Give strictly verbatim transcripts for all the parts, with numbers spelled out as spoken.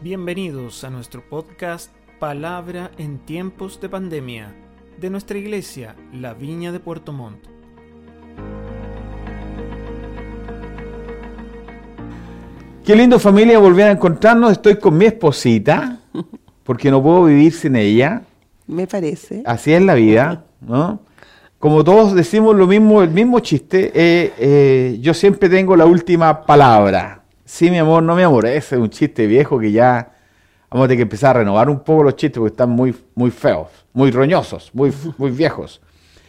Bienvenidos a nuestro podcast Palabra en tiempos de pandemia de nuestra iglesia, La Viña de Puerto Montt. Qué lindo, familia, volver a encontrarnos. Estoy con mi esposita porque no puedo vivir sin ella. Me parece. Así es la vida, ¿no? Como todos decimos lo mismo, el mismo chiste, eh, eh, yo siempre tengo la última palabra. Sí, mi amor, no, mi amor. Ese es un chiste viejo que ya vamos a tener que empezar a renovar un poco los chistes porque están muy, muy feos, muy roñosos, muy, muy viejos.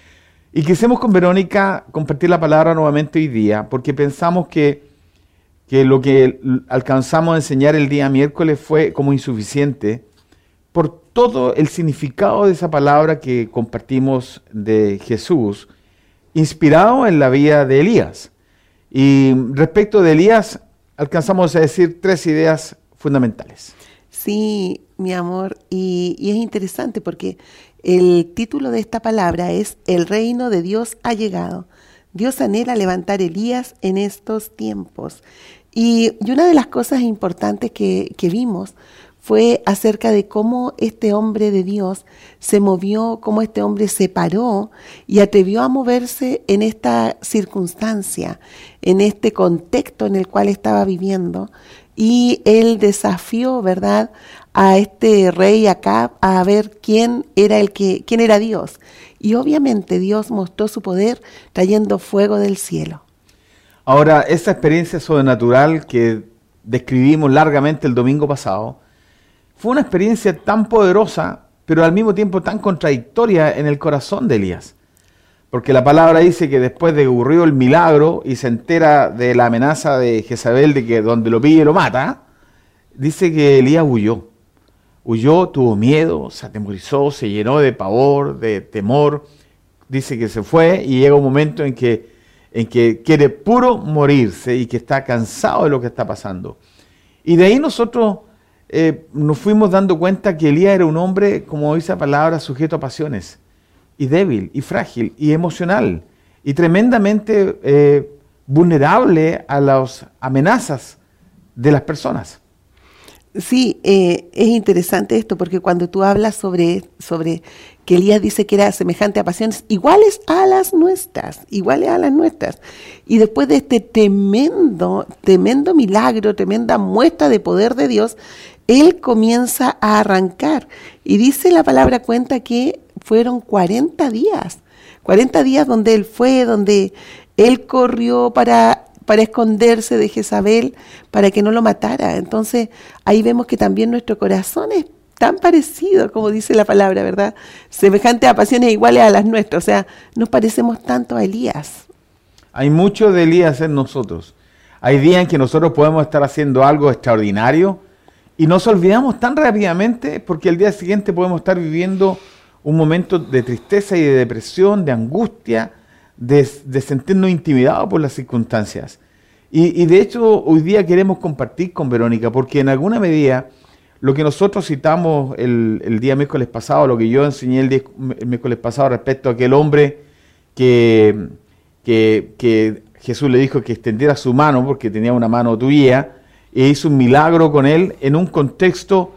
Y quisimos con Verónica compartir la palabra nuevamente hoy día porque pensamos que, que lo que alcanzamos a enseñar el día miércoles fue como insuficiente por todo el significado de esa palabra que compartimos de Jesús, inspirado en la vida de Elías. Y respecto de Elías, alcanzamos a decir tres ideas fundamentales. Sí, mi amor, y, y es interesante porque el título de esta palabra es El reino de Dios ha llegado. Dios anhela levantar Elías en estos tiempos. Y, y una de las cosas importantes que, que vimos fue acerca de cómo este hombre de Dios se movió, cómo este hombre se paró y atrevió a moverse en esta circunstancia, en este contexto en el cual estaba viviendo. Y él desafió, ¿verdad?, a este rey Acab a ver quién era el que, quién era Dios. Y obviamente Dios mostró su poder trayendo fuego del cielo. Ahora, esa experiencia sobrenatural que describimos largamente el domingo pasado, fue una experiencia tan poderosa, pero al mismo tiempo tan contradictoria en el corazón de Elías. Porque la palabra dice que después de que ocurrió el milagro y se entera de la amenaza de Jezabel de que donde lo pille lo mata, dice que Elías huyó. Huyó, tuvo miedo, se atemorizó, se llenó de pavor, de temor. Dice que se fue y llega un momento en que, en que quiere puro morirse y que está cansado de lo que está pasando. Y de ahí nosotros Eh, nos fuimos dando cuenta que Elías era un hombre, como dice la palabra, sujeto a pasiones, y débil, y frágil, y emocional, y tremendamente eh, vulnerable a las amenazas de las personas. Sí, eh, es interesante esto porque cuando tú hablas sobre, sobre que Elías dice que era semejante a pasiones iguales a las nuestras, iguales a las nuestras, y después de este tremendo, tremendo milagro, tremenda muestra de poder de Dios, él comienza a arrancar y dice la palabra cuenta que fueron cuarenta días, cuarenta días donde él fue, donde él corrió para... para esconderse de Jezabel, para que no lo matara. Entonces, ahí vemos que también nuestro corazón es tan parecido, como dice la palabra, ¿verdad? Semejante a pasiones iguales a las nuestras. O sea, nos parecemos tanto a Elías. Hay mucho de Elías en nosotros. Hay días en que nosotros podemos estar haciendo algo extraordinario y nos olvidamos tan rápidamente porque el día siguiente podemos estar viviendo un momento de tristeza y de depresión, de angustia, De, de sentirnos intimidados por las circunstancias. Y, y de hecho hoy día queremos compartir con Verónica, porque en alguna medida lo que nosotros citamos el, el día miércoles pasado, lo que yo enseñé el, día, el miércoles pasado respecto a aquel hombre que, que, que Jesús le dijo que extendiera su mano porque tenía una mano tuya, e hizo un milagro con él en un contexto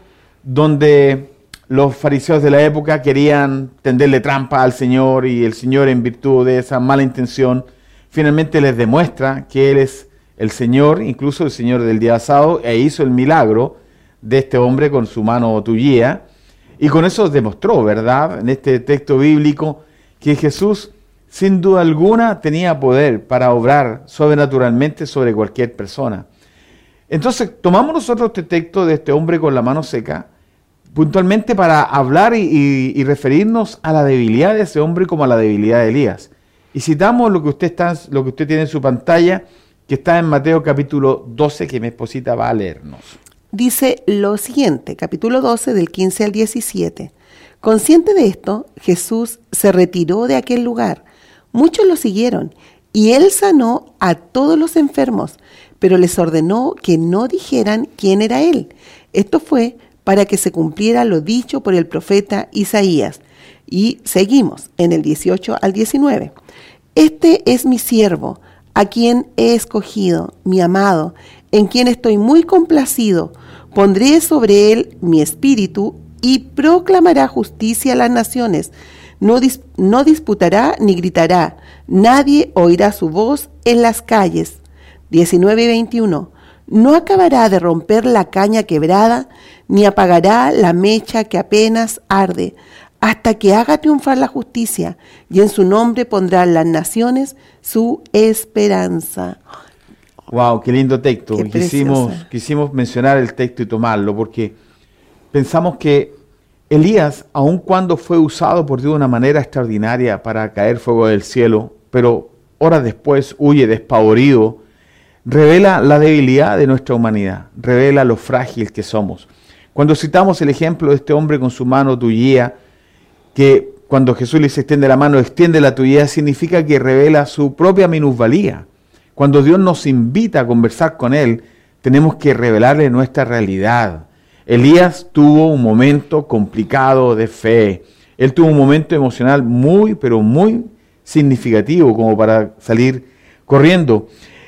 donde los fariseos de la época querían tenderle trampa al Señor y el Señor, en virtud de esa mala intención, finalmente les demuestra que Él es el Señor, incluso el Señor del día sábado, e hizo el milagro de este hombre con su mano tuya. Y con eso demostró, ¿verdad?, en este texto bíblico, que Jesús, sin duda alguna, tenía poder para obrar sobrenaturalmente sobre cualquier persona. Entonces, tomamos nosotros este texto de este hombre con la mano seca, puntualmente para hablar y, y, y referirnos a la debilidad de ese hombre como a la debilidad de Elías. Y citamos lo que usted está, lo que usted tiene en su pantalla, que está en Mateo capítulo doce, que mi esposita va a leernos. Dice lo siguiente, capítulo doce, del quince al diecisiete. Consciente de esto, Jesús se retiró de aquel lugar. Muchos lo siguieron, y él sanó a todos los enfermos, pero les ordenó que no dijeran quién era él. Esto fue para que se cumpliera lo dicho por el profeta Isaías. Y seguimos en el dieciocho al diecinueve. Este es mi siervo, a quien he escogido, mi amado, en quien estoy muy complacido. Pondré sobre él mi espíritu y proclamará justicia a las naciones. No, dis- no disputará ni gritará. Nadie oirá su voz en las calles. diecinueve y veintiuno. No acabará de romper la caña quebrada, ni apagará la mecha que apenas arde, hasta que haga triunfar la justicia, y en su nombre pondrán las naciones su esperanza. Wow, qué lindo texto. Qué quisimos, preciosa. quisimos mencionar el texto y tomarlo porque pensamos que Elías, aun cuando fue usado por Dios de una manera extraordinaria para caer fuego del cielo, pero horas después huye despavorido, revela la debilidad de nuestra humanidad, revela lo frágil que somos. Cuando citamos el ejemplo de este hombre con su mano tullía, que cuando Jesús le dice extiende la mano, extiende la tuya, significa que revela su propia minusvalía. Cuando Dios nos invita a conversar con Él, tenemos que revelarle nuestra realidad. Elías tuvo un momento complicado de fe. Él tuvo un momento emocional muy, pero muy significativo como para salir corriendo.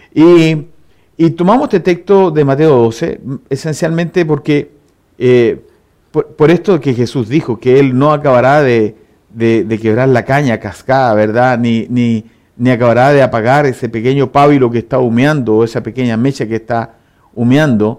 Y, y tomamos este texto de Mateo doce, esencialmente porque eh, por, por esto que Jesús dijo, que Él no acabará de, de, de quebrar la caña cascada, ¿verdad? Ni, ni, ni acabará de apagar ese pequeño pábilo que está humeando, o esa pequeña mecha que está humeando.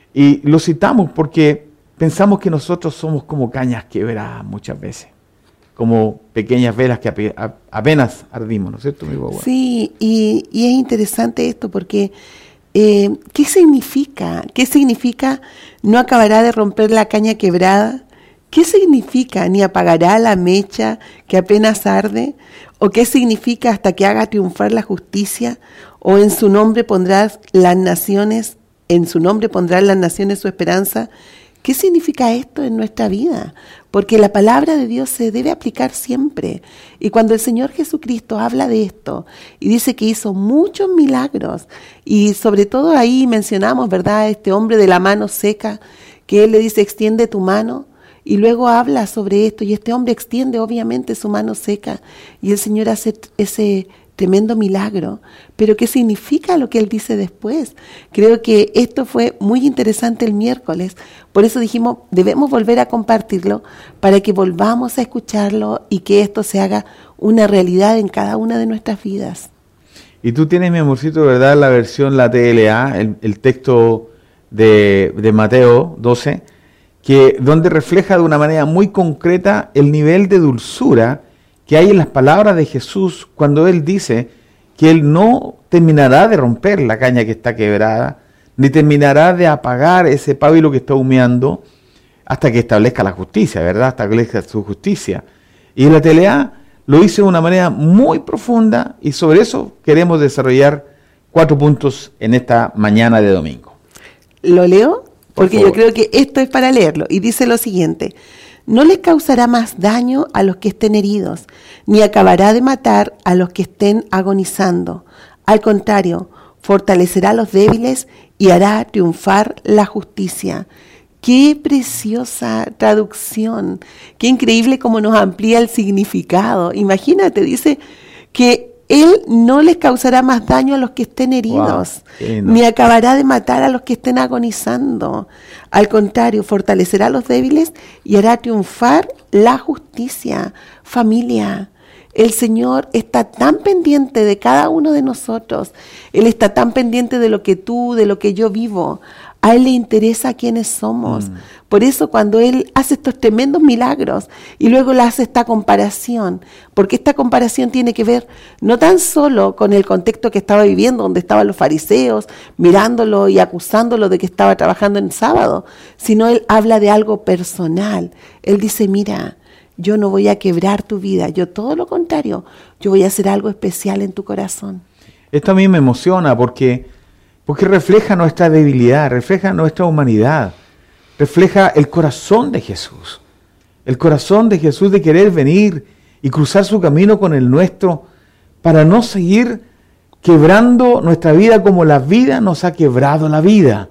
Y lo citamos porque pensamos que nosotros somos como cañas quebradas muchas veces, como pequeñas velas que ape- a- apenas ardimos, ¿no es cierto, mi guagua? Sí, y, y es interesante esto porque eh, ¿qué significa? ¿Qué significa no acabará de romper la caña quebrada? ¿Qué significa ni apagará la mecha que apenas arde? ¿O qué significa hasta que haga triunfar la justicia? ¿O en su nombre pondrás las naciones, en su nombre pondrán las naciones su esperanza? ¿Qué significa esto en nuestra vida? Porque la palabra de Dios se debe aplicar siempre. Y cuando el Señor Jesucristo habla de esto y dice que hizo muchos milagros, y sobre todo ahí mencionamos, ¿verdad?, este hombre de la mano seca, que Él le dice, extiende tu mano, y luego habla sobre esto, y este hombre extiende obviamente su mano seca, y el Señor hace ese tremendo milagro. Pero ¿qué significa lo que Él dice después? Creo que esto fue muy interesante el miércoles, por eso dijimos, debemos volver a compartirlo para que volvamos a escucharlo y que esto se haga una realidad en cada una de nuestras vidas. Y tú tienes, mi amorcito, ¿verdad?, la versión, la T L A, el, el texto de, de Mateo doce, que donde refleja de una manera muy concreta el nivel de dulzura que hay en las palabras de Jesús cuando Él dice que Él no terminará de romper la caña que está quebrada, ni terminará de apagar ese pábilo que está humeando hasta que establezca la justicia, ¿verdad? Hasta que establezca su justicia. Y la T L A lo hizo de una manera muy profunda y sobre eso queremos desarrollar cuatro puntos en esta mañana de domingo. ¿Lo leo? Por Porque favor. yo creo que esto es para leerlo. Y dice lo siguiente: no les causará más daño a los que estén heridos, ni acabará de matar a los que estén agonizando. Al contrario, fortalecerá a los débiles y hará triunfar la justicia. ¡Qué preciosa traducción! ¡Qué increíble cómo nos amplía el significado! Imagínate, dice que Él no les causará más daño a los que estén heridos, Wow, qué lindo. ni acabará de matar a los que estén agonizando. Al contrario, fortalecerá a los débiles y hará triunfar la justicia. Familia, el Señor está tan pendiente de cada uno de nosotros. Él está tan pendiente de lo que tú, de lo que yo vivo. A Él le interesa quiénes somos. Mm. Por eso cuando Él hace estos tremendos milagros y luego le hace esta comparación, porque esta comparación tiene que ver no tan solo con el contexto que estaba viviendo, donde estaban los fariseos mirándolo y acusándolo de que estaba trabajando en sábado, sino Él habla de algo personal. Él dice, mira, yo no voy a quebrar tu vida, yo todo lo contrario, yo voy a hacer algo especial en tu corazón. Esto a mí me emociona porque, porque refleja nuestra debilidad, refleja nuestra humanidad, refleja el corazón de Jesús, el corazón de Jesús de querer venir y cruzar su camino con el nuestro para no seguir quebrando nuestra vida como la vida nos ha quebrado la vida,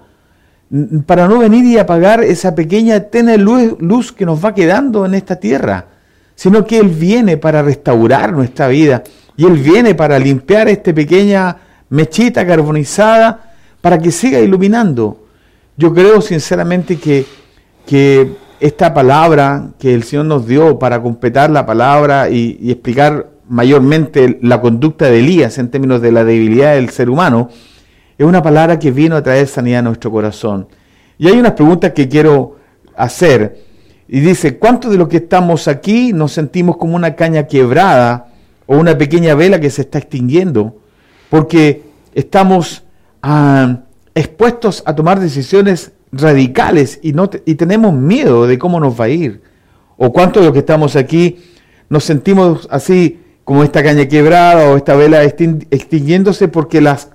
para no venir y apagar esa pequeña tenue luz, luz que nos va quedando en esta tierra, sino que Él viene para restaurar nuestra vida y Él viene para limpiar esta pequeña mechita carbonizada para que siga iluminando. Yo creo sinceramente que, que esta palabra que el Señor nos dio para completar la palabra y, y explicar mayormente la conducta de Elías en términos de la debilidad del ser humano, es una palabra que vino a traer sanidad a nuestro corazón. Y hay unas preguntas que quiero hacer. Y dice, ¿cuántos de los que estamos aquí nos sentimos como una caña quebrada o una pequeña vela que se está extinguiendo? Porque estamos ah, expuestos a tomar decisiones radicales y, no te, y tenemos miedo de cómo nos va a ir. ¿O cuántos de los que estamos aquí nos sentimos así como esta caña quebrada o esta vela extinguiéndose porque las,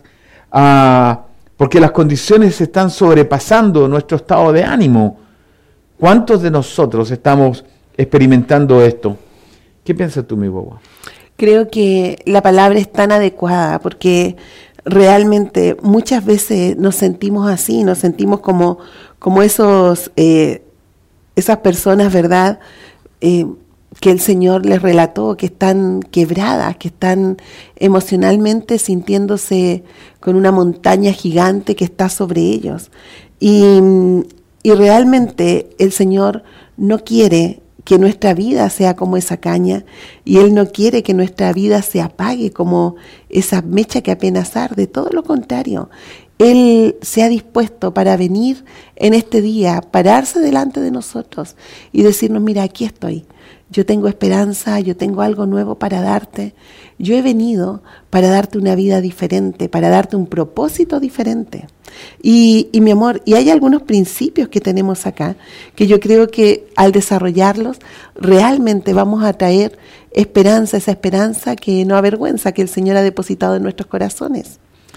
ah, porque las condiciones están sobrepasando nuestro estado de ánimo? ¿Cuántos de nosotros estamos experimentando esto? ¿Qué piensas tú, mi boba? Creo que la palabra es tan adecuada porque realmente muchas veces nos sentimos así, nos sentimos como, como esos, eh, esas personas, ¿verdad?, eh, que el Señor les relató, que están quebradas, que están emocionalmente sintiéndose con una montaña gigante que está sobre ellos. Y, y realmente el Señor no quiere que nuestra vida sea como esa caña, y Él no quiere que nuestra vida se apague como esa mecha que apenas arde. Todo lo contrario, Él se ha dispuesto para venir en este día, pararse delante de nosotros y decirnos, mira, aquí estoy, yo tengo esperanza, yo tengo algo nuevo para darte, yo he venido para darte una vida diferente, para darte un propósito diferente. Y, y mi amor, y hay algunos principios que tenemos acá, que yo creo que al desarrollarlos, realmente vamos a traer esperanza, esa esperanza que no avergüenza, que el Señor ha depositado en nuestros corazones.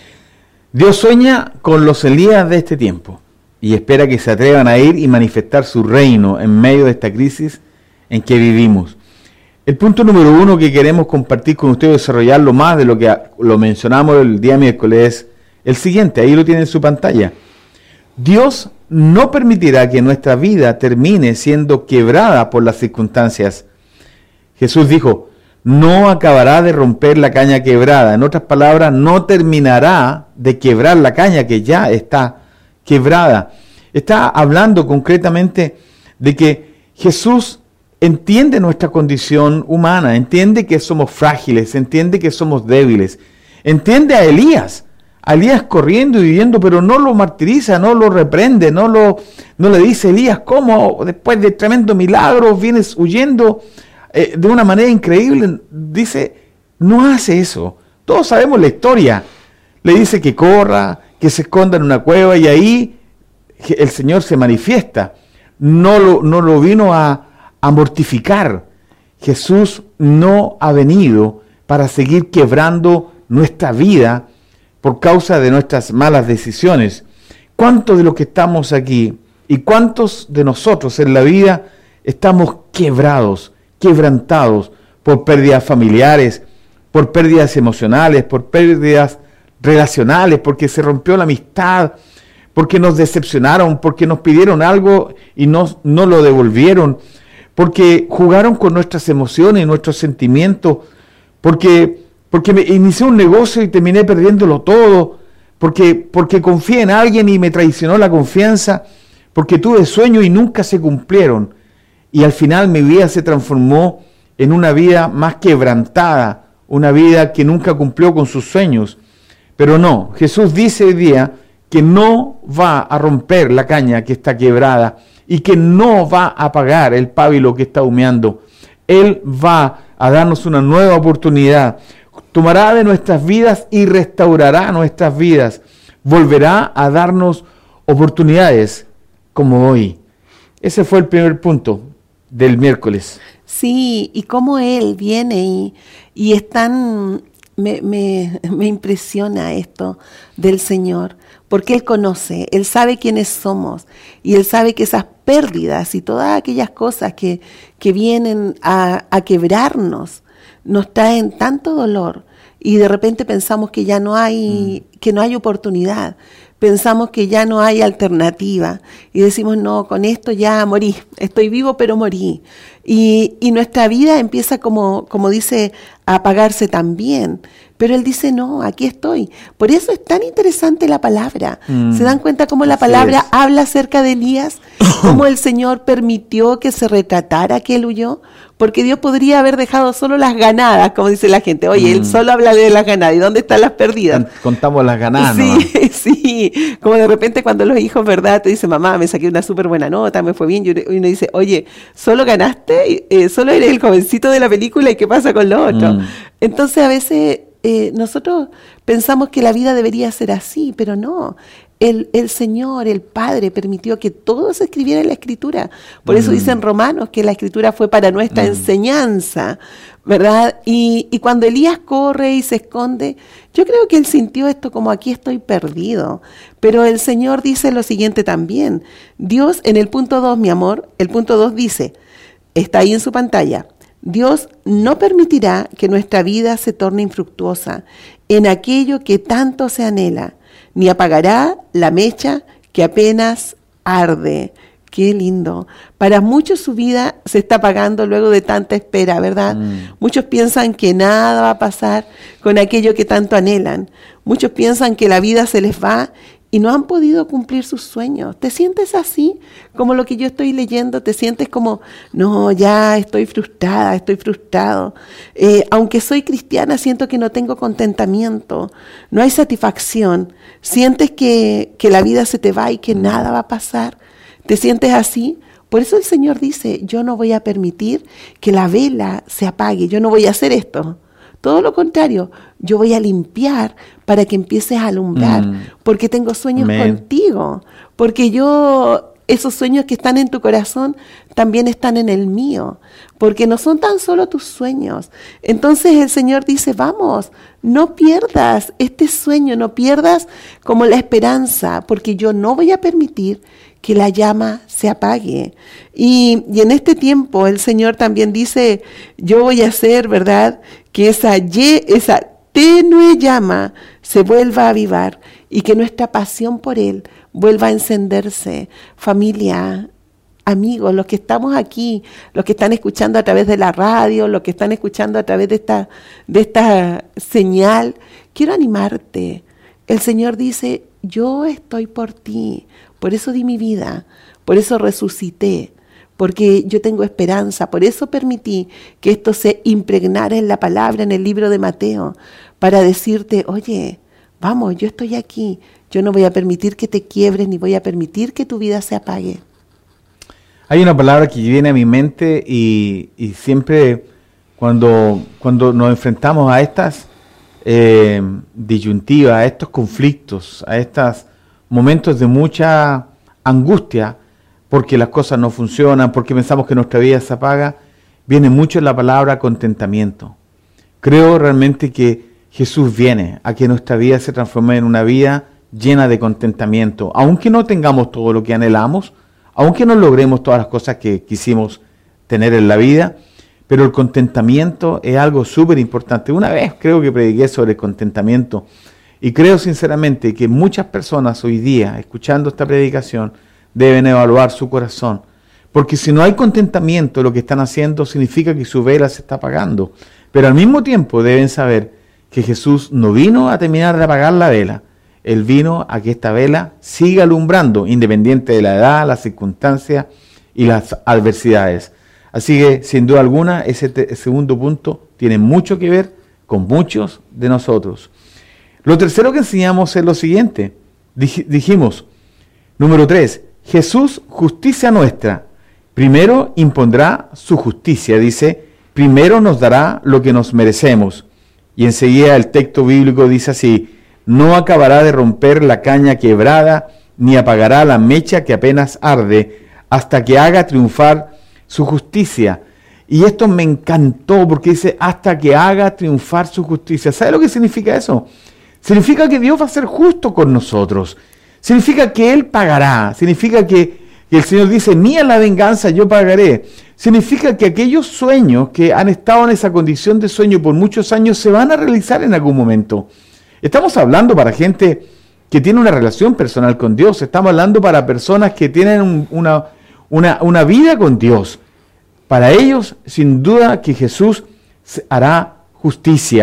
Dios sueña con los Elías de este tiempo y espera que se atrevan a ir y manifestar su reino en medio de esta crisis en que vivimos. El punto número uno que queremos compartir con ustedes, desarrollarlo más de lo que lo mencionamos el día miércoles, es el siguiente, ahí lo tienen en su pantalla. Dios no permitirá que nuestra vida termine siendo quebrada por las circunstancias. Jesús dijo, no acabará de romper la caña quebrada. En otras palabras, no terminará de quebrar la caña que ya está quebrada. Está hablando concretamente de que Jesús entiende nuestra condición humana, entiende que somos frágiles, entiende que somos débiles, entiende a Elías, a Elías corriendo y viviendo, pero no lo martiriza, no lo reprende, no, lo, no le dice, Elías, ¿cómo después de tremendo milagro vienes huyendo eh, de una manera increíble? Dice, no hace eso. Todos sabemos la historia. Le dice que corra, que se esconda en una cueva y ahí el Señor se manifiesta. No lo, no lo vino a a mortificar. Jesús no ha venido para seguir quebrando nuestra vida por causa de nuestras malas decisiones. ¿Cuántos de los que estamos aquí y cuántos de nosotros en la vida estamos quebrados, quebrantados por pérdidas familiares, por pérdidas emocionales, por pérdidas relacionales, porque se rompió la amistad, porque nos decepcionaron, porque nos pidieron algo y no, no lo devolvieron, porque jugaron con nuestras emociones y nuestros sentimientos, porque, porque me inicié un negocio y terminé perdiéndolo todo, porque, porque confié en alguien y me traicionó la confianza, porque tuve sueños y nunca se cumplieron, y al final mi vida se transformó en una vida más quebrantada, una vida que nunca cumplió con sus sueños. Pero no, Jesús dice hoy día que no va a romper la caña que está quebrada, y que no va a apagar el pábilo que está humeando. Él va a darnos una nueva oportunidad. Tomará de nuestras vidas y restaurará nuestras vidas. Volverá a darnos oportunidades como hoy. Ese fue el primer punto del miércoles. Sí, y cómo Él viene y, y es tan... Me, me, me impresiona esto del Señor, porque Él conoce, Él sabe quiénes somos, y Él sabe que esas pérdidas y todas aquellas cosas que, que vienen a, a quebrarnos, nos traen tanto dolor, y de repente pensamos que ya no hay, mm. que no hay oportunidad, pensamos que ya no hay alternativa, y decimos, no, con esto ya morí, estoy vivo pero morí. Y, y nuestra vida empieza, como, como dice, a apagarse también. Pero él dice, no, aquí estoy. Por eso es tan interesante la palabra. Mm. ¿Se dan cuenta cómo la Así palabra es. habla acerca de Elías? Cómo el Señor permitió que se retratara que él huyó. Porque Dios podría haber dejado solo las ganadas, como dice la gente. Oye, Mm. él solo habla de las ganadas. ¿Y dónde están las perdidas? Con- Contamos las ganadas, ¿no? Sí, sí. Como de repente cuando los hijos, ¿verdad? Te dicen, mamá, me saqué una súper buena nota, me fue bien. Y uno y uno dice, oye, ¿solo ganaste? Eh, ¿Solo eres el jovencito de la película? ¿Y qué pasa con los otros? Mm. Entonces, a veces eh, nosotros pensamos que la vida debería ser así, pero no. El, el Señor, el Padre, permitió que todo se escribiera en la Escritura. Por eso Mm. dicen Romanos que la Escritura fue para nuestra Mm. enseñanza, ¿verdad? Y, y cuando Elías corre y se esconde, yo creo que él sintió esto como aquí estoy perdido. Pero el Señor dice lo siguiente también. Dios, en el punto dos, mi amor, el punto dos dice, está ahí en su pantalla, Dios no permitirá que nuestra vida se torne infructuosa en aquello que tanto se anhela, ni apagará la mecha que apenas arde. Qué lindo. Para muchos su vida se está apagando luego de tanta espera, ¿verdad? Mm. Muchos piensan que nada va a pasar con aquello que tanto anhelan. Muchos piensan que la vida se les va y no han podido cumplir sus sueños. ¿Te sientes así? Como lo que yo estoy leyendo, te sientes como, no, ya estoy frustrada, estoy frustrado. Eh, aunque soy cristiana, siento que no tengo contentamiento, no hay satisfacción. Sientes que, que la vida se te va y que nada va a pasar. ¿Te sientes así? Por eso el Señor dice, yo no voy a permitir que la vela se apague, yo no voy a hacer esto. Todo lo contrario, yo voy a limpiar para que empieces a alumbrar, Mm. porque tengo sueños Amén. contigo, porque yo, esos sueños que están en tu corazón también están en el mío, porque no son tan solo tus sueños. Entonces el Señor dice, vamos, no pierdas este sueño, no pierdas como la esperanza, porque yo no voy a permitir que la llama se apague. Y, y en este tiempo el Señor también dice, yo voy a hacer, ¿verdad?, que esa, ye- esa tenue llama se vuelva a avivar y que nuestra pasión por Él vuelva a encenderse. Familia, amigos, los que estamos aquí, los que están escuchando a través de la radio, los que están escuchando a través de esta, de esta señal, quiero animarte. El Señor dice, yo estoy por ti, por eso di mi vida, por eso resucité, porque yo tengo esperanza, por eso permití que esto se impregnara en la palabra, en el libro de Mateo, para decirte, oye, vamos, yo estoy aquí, yo no voy a permitir que te quiebres, ni voy a permitir que tu vida se apague. Hay una palabra que viene a mi mente y, y siempre cuando, cuando nos enfrentamos a estas eh, disyuntivas, a estos conflictos, a estos momentos de mucha angustia, porque las cosas no funcionan, porque pensamos que nuestra vida se apaga, viene mucho la palabra contentamiento. Creo realmente que Jesús viene a que nuestra vida se transforme en una vida llena de contentamiento, aunque no tengamos todo lo que anhelamos, aunque no logremos todas las cosas que quisimos tener en la vida, pero el contentamiento es algo súper importante. Una vez creo que prediqué sobre el contentamiento y creo sinceramente que muchas personas hoy día, escuchando esta predicación, deben evaluar su corazón, porque si no hay contentamiento, lo que están haciendo significa que su vela se está apagando. Pero al mismo tiempo deben saber que Jesús no vino a terminar de apagar la vela, Él vino a que esta vela siga alumbrando, independiente de la edad, las circunstancias y las adversidades. Así que, sin duda alguna, ese te- segundo punto tiene mucho que ver con muchos de nosotros. Lo tercero que enseñamos es lo siguiente. Dij- dijimos, número tres, Jesús, justicia nuestra. Primero impondrá su justicia, dice, primero nos dará lo que nos merecemos. Y enseguida el texto bíblico dice así, no acabará de romper la caña quebrada, ni apagará la mecha que apenas arde, hasta que haga triunfar su justicia. Y esto me encantó porque dice, hasta que haga triunfar su justicia. ¿Sabe lo que significa eso? Significa que Dios va a ser justo con nosotros. Significa que Él pagará. Significa que, que el Señor dice, mía la venganza, yo pagaré. Significa que aquellos sueños que han estado en esa condición de sueño por muchos años se van a realizar en algún momento. Estamos hablando para gente que tiene una relación personal con Dios. Estamos hablando para personas que tienen un, una, una, una vida con Dios. Para ellos, sin duda que Jesús hará justicia.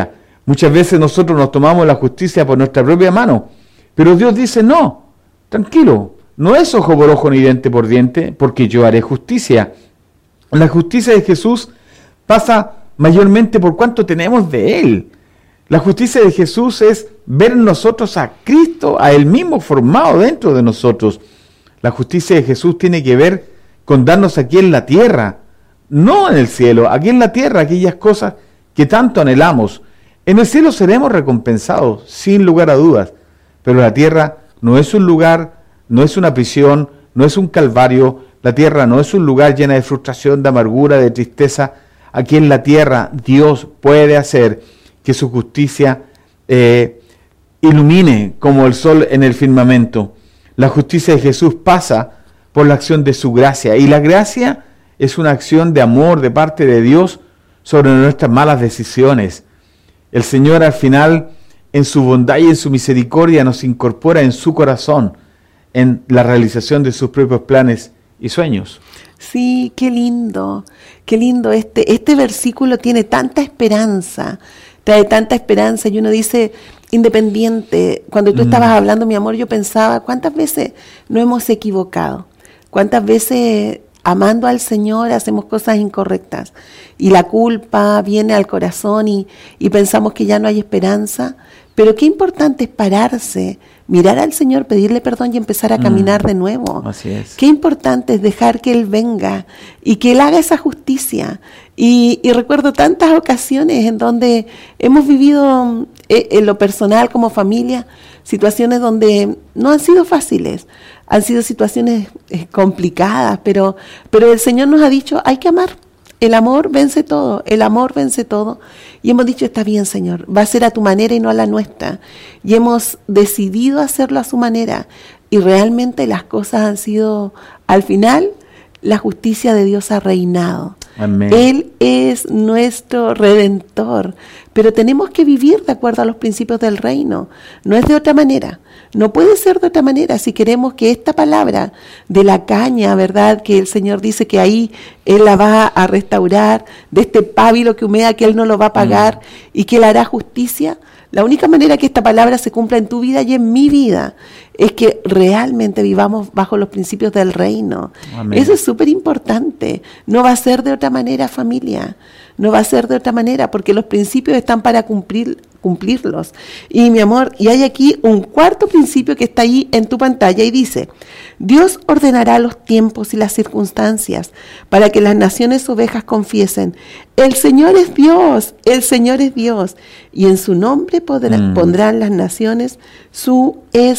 Muchas veces nosotros nos tomamos la justicia por nuestra propia mano, pero Dios dice, no, tranquilo, no es ojo por ojo ni diente por diente, porque yo haré justicia. La justicia de Jesús pasa mayormente por cuánto tenemos de Él. La justicia de Jesús es ver en nosotros a Cristo, a Él mismo formado dentro de nosotros. La justicia de Jesús tiene que ver con darnos aquí en la tierra, no en el cielo, aquí en la tierra, aquellas cosas que tanto anhelamos. En el cielo seremos recompensados, sin lugar a dudas, pero la tierra no es un lugar, no es una prisión, no es un calvario, la tierra no es un lugar lleno de frustración, de amargura, de tristeza. Aquí en la tierra Dios puede hacer que su justicia eh, ilumine como el sol en el firmamento. La justicia de Jesús pasa por la acción de su gracia, y la gracia es una acción de amor de parte de Dios sobre nuestras malas decisiones. El Señor al final, en su bondad y en su misericordia, nos incorpora en su corazón, en la realización de sus propios planes y sueños. Sí, qué lindo, qué lindo. Este, este versículo tiene tanta esperanza, trae tanta esperanza, y uno dice, independiente, cuando tú mm. estabas hablando, mi amor, yo pensaba, ¿cuántas veces nos hemos equivocado? ¿Cuántas veces amando al Señor hacemos cosas incorrectas? Y la culpa viene al corazón y, y pensamos que ya no hay esperanza. Pero qué importante es pararse, mirar al Señor, pedirle perdón y empezar a caminar mm, de nuevo. Así es. Qué importante es dejar que Él venga y que Él haga esa justicia. Y, y recuerdo tantas ocasiones en donde hemos vivido, eh, en lo personal como familia, situaciones donde no han sido fáciles, han sido situaciones eh, complicadas, pero, pero el Señor nos ha dicho, hay que amar. El amor vence todo, el amor vence todo. Y hemos dicho, está bien, Señor, va a ser a tu manera y no a la nuestra. Y hemos decidido hacerlo a su manera. Y realmente las cosas han sido, al final, la justicia de Dios ha reinado. Amén. Él es nuestro Redentor. Pero tenemos que vivir de acuerdo a los principios del reino. No es de otra manera. No puede ser de otra manera si queremos que esta palabra de la caña, ¿verdad? Que el Señor dice que ahí Él la va a restaurar, de este pábilo que humea, que Él no lo va a pagar mm. y que Él hará justicia. La única manera que esta palabra se cumpla en tu vida y en mi vida es que realmente vivamos bajo los principios del reino. Amén. Eso es súper importante. No va a ser de otra manera, familia. No va a ser de otra manera, porque los principios están para cumplir, cumplirlos. Y mi amor, y hay aquí un cuarto principio que está ahí en tu pantalla y dice, Dios ordenará los tiempos y las circunstancias para que las naciones ovejas confiesen, el Señor es Dios, el Señor es Dios, y en su nombre podrá, mm. pondrán las naciones su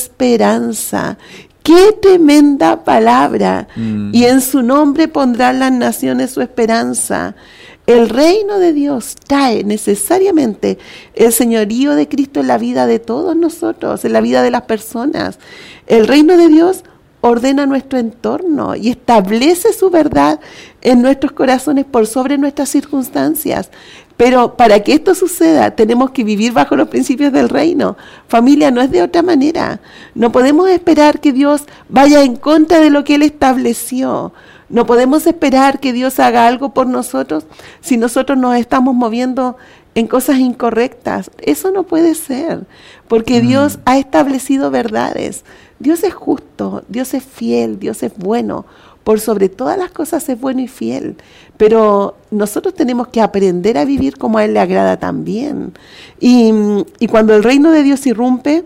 esperanza. ¡Qué tremenda palabra! Mm. Y en su nombre pondrán las naciones su esperanza. El reino de Dios trae necesariamente el señorío de Cristo en la vida de todos nosotros, en la vida de las personas. El reino de Dios ordena nuestro entorno y establece su verdad en nuestros corazones por sobre nuestras circunstancias. Pero para que esto suceda, tenemos que vivir bajo los principios del reino. Familia, no es de otra manera. No podemos esperar que Dios vaya en contra de lo que Él estableció. No podemos esperar que Dios haga algo por nosotros si nosotros nos estamos moviendo en cosas incorrectas. Eso no puede ser, porque mm. Dios ha establecido verdades. Dios es justo, Dios es fiel, Dios es bueno. Por sobre todas las cosas es bueno y fiel. Pero nosotros tenemos que aprender a vivir como a Él le agrada también. Y, y cuando el reino de Dios irrumpe,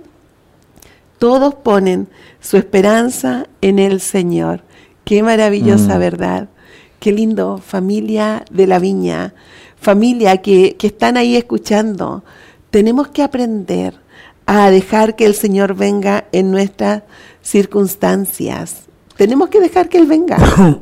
todos ponen su esperanza en el Señor. Qué maravillosa mm. verdad. Qué lindo, familia de la viña, familia que, que están ahí escuchando. Tenemos que aprender a dejar que el Señor venga en nuestras circunstancias. Tenemos que dejar que Él venga.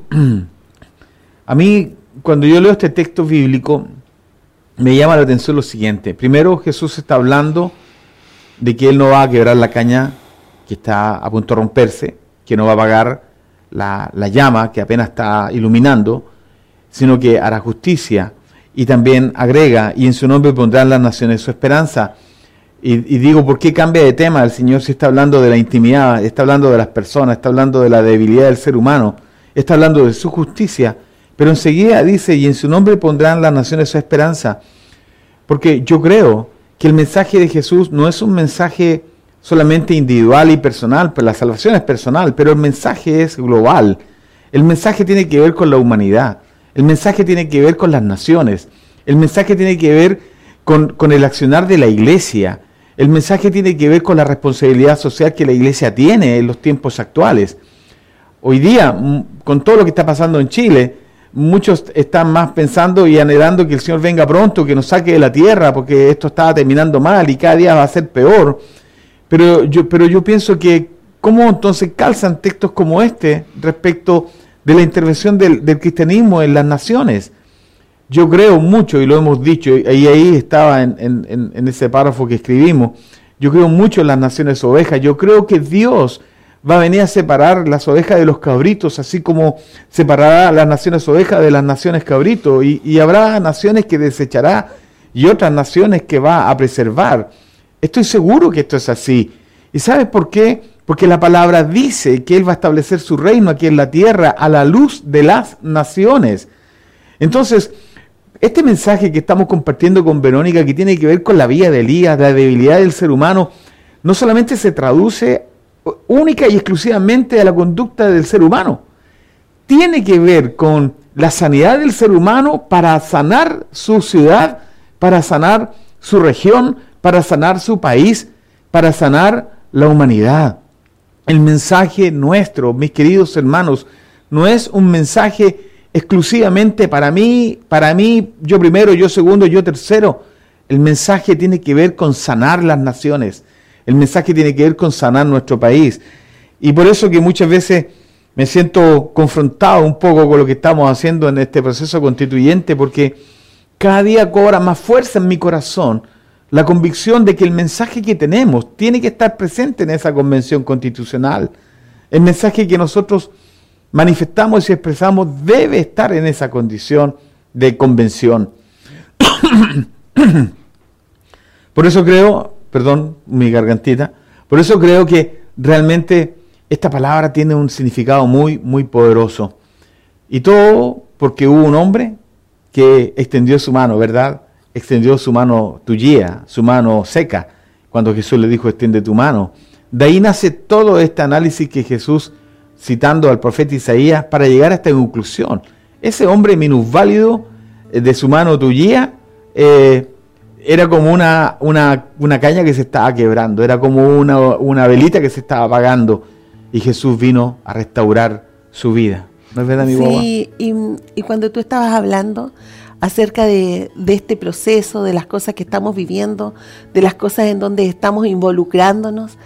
A mí, cuando yo leo este texto bíblico, me llama la atención lo siguiente. Primero, Jesús está hablando de que Él no va a quebrar la caña que está a punto de romperse, que no va a apagar la, la llama que apenas está iluminando, sino que hará justicia. Y también agrega, y en su nombre pondrán las naciones su esperanza. Y, y digo, ¿por qué cambia de tema? El Señor sí está hablando de la intimidad, está hablando de las personas, está hablando de la debilidad del ser humano, está hablando de su justicia, pero enseguida dice, y en su nombre pondrán las naciones su esperanza. Porque yo creo que el mensaje de Jesús no es un mensaje solamente individual y personal, pues la salvación es personal, pero el mensaje es global. El mensaje tiene que ver con la humanidad, el mensaje tiene que ver con las naciones, el mensaje tiene que ver con, con el accionar de la iglesia, el mensaje tiene que ver con la responsabilidad social que la iglesia tiene en los tiempos actuales. Hoy día, con todo lo que está pasando en Chile, muchos están más pensando y anhelando que el Señor venga pronto, que nos saque de la tierra, porque esto estaba terminando mal y cada día va a ser peor. Pero yo, pero yo pienso que, ¿cómo entonces calzan textos como este respecto de la intervención del, del cristianismo en las naciones? Yo creo mucho, y lo hemos dicho, y ahí estaba en, en, en ese párrafo que escribimos, yo creo mucho en las naciones ovejas. Yo creo que Dios va a venir a separar las ovejas de los cabritos, así como separará las naciones ovejas de las naciones cabritos, y, y habrá naciones que desechará y otras naciones que va a preservar. Estoy seguro que esto es así. ¿Y sabes por qué? Porque la palabra dice que Él va a establecer su reino aquí en la tierra a la luz de las naciones. Entonces, este mensaje que estamos compartiendo con Verónica, que tiene que ver con la vida de Elías, de la debilidad del ser humano, no solamente se traduce única y exclusivamente a la conducta del ser humano, tiene que ver con la sanidad del ser humano para sanar su ciudad, para sanar su región, para sanar su país, para sanar la humanidad. El mensaje nuestro, mis queridos hermanos, no es un mensaje exclusivamente para mí, para mí, yo primero, yo segundo, yo tercero. El mensaje tiene que ver con sanar las naciones. El mensaje tiene que ver con sanar nuestro país. Y por eso que muchas veces me siento confrontado un poco con lo que estamos haciendo en este proceso constituyente, porque cada día cobra más fuerza en mi corazón la convicción de que el mensaje que tenemos tiene que estar presente en esa convención constitucional. El mensaje que nosotros manifestamos y expresamos debe estar en esa condición de convención. Por eso creo, perdón, mi gargantita, por eso creo que realmente esta palabra tiene un significado muy, muy poderoso. Y todo porque hubo un hombre que extendió su mano, ¿verdad? Extendió su mano tuya, su mano seca, cuando Jesús le dijo, extiende tu mano. De ahí nace todo este análisis que Jesús, citando al profeta Isaías, para llegar a esta conclusión. Ese hombre minusválido eh, de su mano tuya, eh, era como una, una, una caña que se estaba quebrando, era como una, una velita que se estaba apagando, y Jesús vino a restaurar su vida. ¿No es verdad, mi boba? Sí, y, y cuando tú estabas hablando acerca de, de este proceso, de las cosas que estamos viviendo, de las cosas en donde estamos involucrándonos,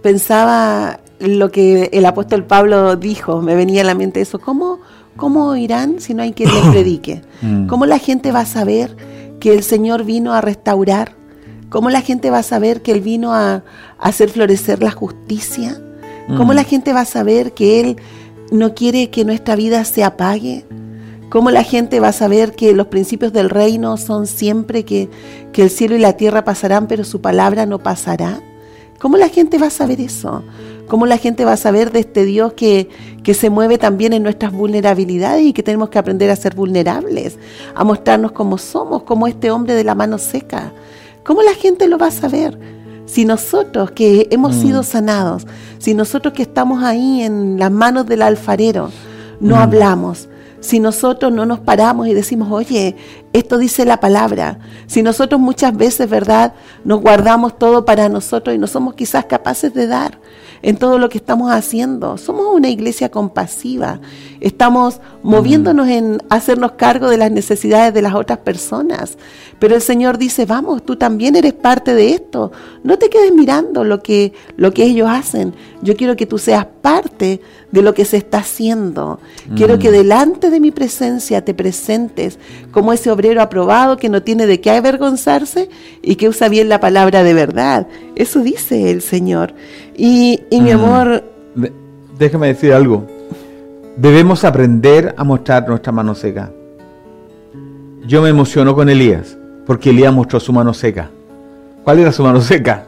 pensaba lo que el apóstol Pablo dijo, me venía a la mente eso, ¿cómo, cómo irán si no hay quien les predique? ¿Cómo la gente va a saber que el Señor vino a restaurar? ¿Cómo la gente va a saber que Él vino a, a hacer florecer la justicia? ¿Cómo mm. la gente va a saber que Él no quiere que nuestra vida se apague? ¿Cómo la gente va a saber que los principios del reino son siempre que, que el cielo y la tierra pasarán, pero su palabra no pasará? ¿Cómo la gente va a saber eso? ¿Cómo la gente va a saber de este Dios que, que se mueve también en nuestras vulnerabilidades y que tenemos que aprender a ser vulnerables, a mostrarnos como somos, como este hombre de la mano seca? ¿Cómo la gente lo va a saber? Si nosotros que hemos mm. sido sanados, si nosotros que estamos ahí en las manos del alfarero, no mm. hablamos, si nosotros no nos paramos y decimos, oye, esto dice la palabra, si nosotros muchas veces, ¿verdad?, nos guardamos todo para nosotros y no somos quizás capaces de dar en todo lo que estamos haciendo. Somos una iglesia compasiva, estamos moviéndonos en hacernos cargo de las necesidades de las otras personas, pero el Señor dice, vamos, tú también eres parte de esto, no te quedes mirando lo que, lo que ellos hacen, yo quiero que tú seas parte de lo que se está haciendo, mm. quiero que delante de mi presencia te presentes como ese obrero aprobado que no tiene de qué avergonzarse y que usa bien la palabra de verdad. Eso dice el Señor. Y, y mi amor... Déjame decir algo. Debemos aprender a mostrar nuestra mano seca. Yo me emociono con Elías, porque Elías mostró su mano seca. ¿Cuál era su mano seca?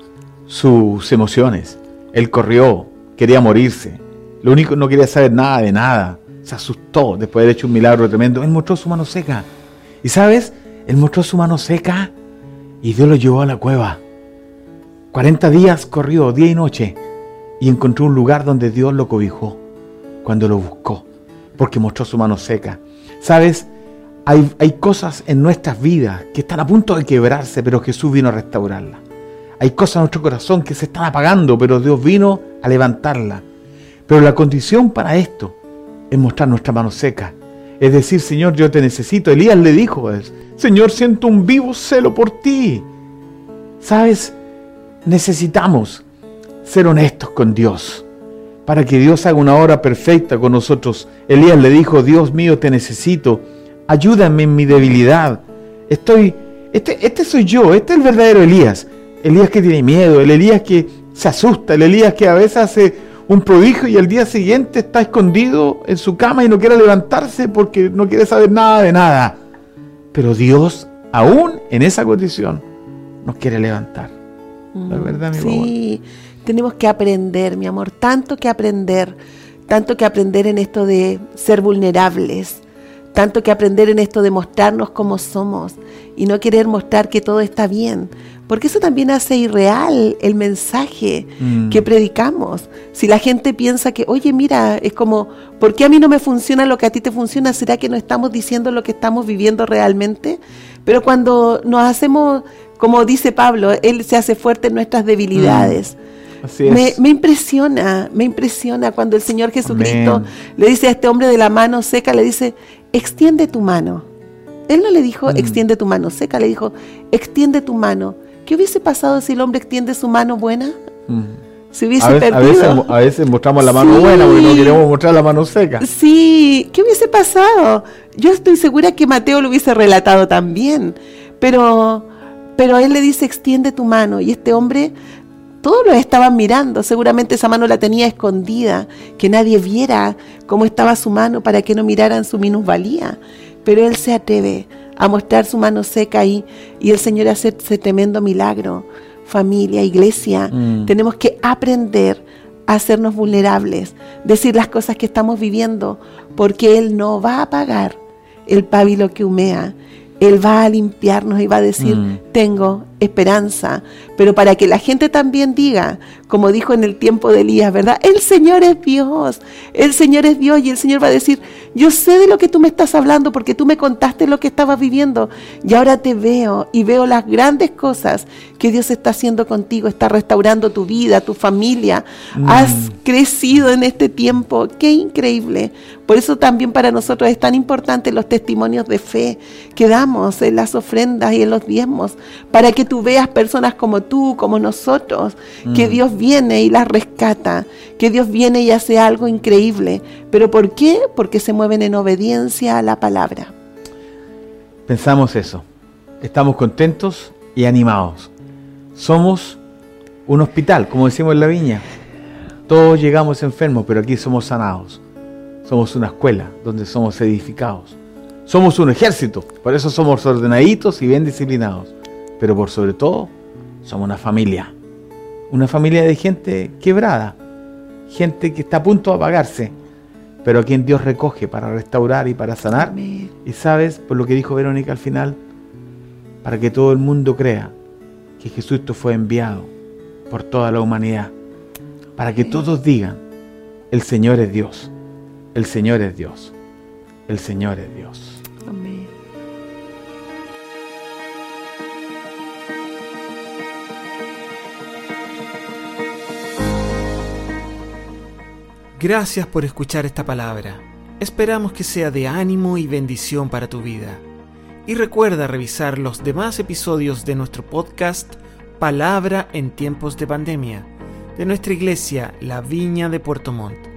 Sus emociones. Él corrió, quería morirse. Lo único, no quería saber nada de nada. Se asustó después de haber hecho un milagro tremendo. Él mostró su mano seca. ¿Y sabes? Él mostró su mano seca Y Dios lo llevó a la cueva. cuarenta días corrió, día y noche, y encontró un lugar donde Dios lo cobijó cuando lo buscó, porque mostró su mano seca. ¿Sabes? Hay, hay cosas en nuestras vidas que están a punto de quebrarse, pero Jesús vino a restaurarlas. Hay cosas en nuestro corazón que se están apagando, pero Dios vino a levantarlas. Pero la condición para esto es mostrar nuestra mano seca. Es decir, Señor, yo te necesito. Elías le dijo, Señor, siento un vivo celo por ti. ¿Sabes? Necesitamos ser honestos con Dios para que Dios haga una obra perfecta con nosotros. Elías le dijo, Dios mío, te necesito. Ayúdame en mi debilidad. Estoy, este, este soy yo, este es el verdadero Elías. Elías que tiene miedo, el Elías que se asusta, el Elías que a veces hace un prodigio y al día siguiente está escondido en su cama y no quiere levantarse porque no quiere saber nada de nada. Pero Dios, aún en esa condición, nos quiere levantar. ¿No es verdad, mi amor? Sí, tenemos que aprender, mi amor, tanto que aprender, tanto que aprender en esto de ser vulnerables, tanto que aprender en esto de mostrarnos como somos y no querer mostrar que todo está bien, porque eso también hace irreal el mensaje mm. que predicamos. Si la gente piensa que, oye, mira, es como, ¿por qué a mí no me funciona lo que a ti te funciona? ¿Será que no estamos diciendo lo que estamos viviendo realmente? Pero cuando nos hacemos, como dice Pablo, Él se hace fuerte en nuestras debilidades. Mm. Así es. Me, me impresiona, me impresiona cuando el Señor Jesucristo Amén. Le dice a este hombre de la mano seca, le dice, extiende tu mano. Él no le dijo, mm. extiende tu mano seca, le dijo, extiende tu mano. ¿Qué hubiese pasado si el hombre extiende su mano buena? Mm. Se hubiese a veces, perdido. A veces, a veces mostramos la mano sí. buena porque no queremos mostrar la mano seca. Sí, ¿qué hubiese pasado? Yo estoy segura que Mateo lo hubiese relatado también, pero, pero él le dice, extiende tu mano, y este hombre, todos lo estaban mirando, seguramente esa mano la tenía escondida, que nadie viera cómo estaba su mano para que no miraran su minusvalía, pero él se atreve a mostrar su mano seca ahí, y el Señor hace ese tremendo milagro. Familia, iglesia, mm. tenemos que aprender a hacernos vulnerables, decir las cosas que estamos viviendo, porque Él no va a apagar el pábilo que humea. Él va a limpiarnos y va a decir, mm. tengo esperanza, pero para que la gente también diga, como dijo en el tiempo de Elías, ¿verdad? El Señor es Dios, el Señor es Dios, y el Señor va a decir, yo sé de lo que tú me estás hablando porque tú me contaste lo que estabas viviendo y ahora te veo y veo las grandes cosas que Dios está haciendo contigo, está restaurando tu vida, tu familia, mm. has crecido en este tiempo, qué increíble. Por eso también para nosotros es tan importante los testimonios de fe que damos en las ofrendas y en los diezmos, para que tú veas personas como tú, como nosotros, mm. que Dios viene y las rescata, que Dios viene y hace algo increíble. ¿Pero por qué? Porque se mueven en obediencia a la palabra. Pensamos eso, estamos contentos y animados. Somos un hospital, como decimos en la viña. Todos llegamos enfermos, pero aquí somos sanados. Somos una escuela donde somos edificados. Somos un ejército, por eso somos ordenaditos y bien disciplinados. Pero por sobre todo, somos una familia. Una familia de gente quebrada. Gente que está a punto de apagarse. Pero a quien Dios recoge para restaurar y para sanar. Amén. Y sabes, por lo que dijo Verónica al final, para que todo el mundo crea que Jesucristo fue enviado por toda la humanidad. Para que todos digan, el Señor es Dios. El Señor es Dios. El Señor es Dios. Amén. Gracias por escuchar esta palabra. Esperamos que sea de ánimo y bendición para tu vida. Y recuerda revisar los demás episodios de nuestro podcast Palabra en tiempos de pandemia, de nuestra iglesia La Viña de Puerto Montt.